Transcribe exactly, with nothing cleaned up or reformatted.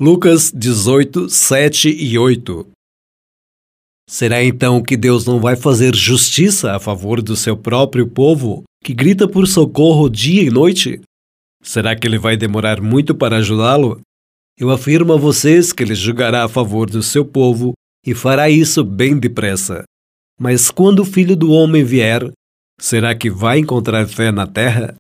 Lucas dezoito, sete e oito. Será então que Deus não vai fazer justiça a favor do seu próprio povo, que grita por socorro dia e noite? Será que ele vai demorar muito para ajudá-lo? Eu afirmo a vocês que ele julgará a favor do seu povo e fará isso bem depressa. Mas quando o Filho do Homem vier, será que vai encontrar fé na terra?